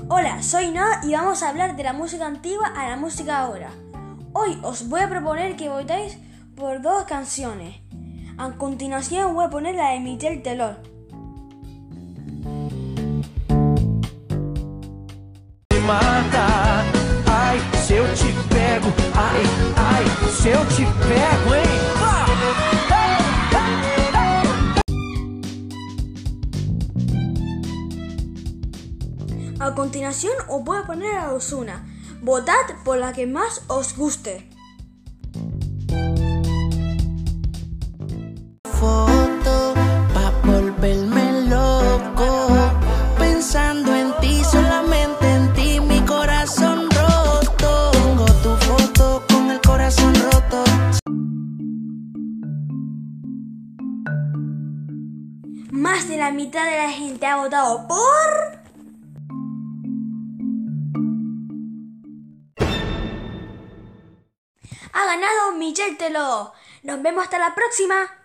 Hola, soy Noah y vamos a hablar de la música antigua a la música ahora. Hoy os voy a proponer que votéis por dos canciones. A continuación voy a poner la de Michel Teló. Mata, ai, se eu te pego, ai, ai, se eu te pego, hein? A continuación os voy a poner a Ozuna. Votad por la que más os guste. Foto pa' volverme loco, pensando en ti, solamente en ti, mi corazón roto. Tengo tu foto con el corazón roto. Más de la mitad de la gente ha votado por... Ha ganado Michel Teló. Nos vemos hasta la próxima.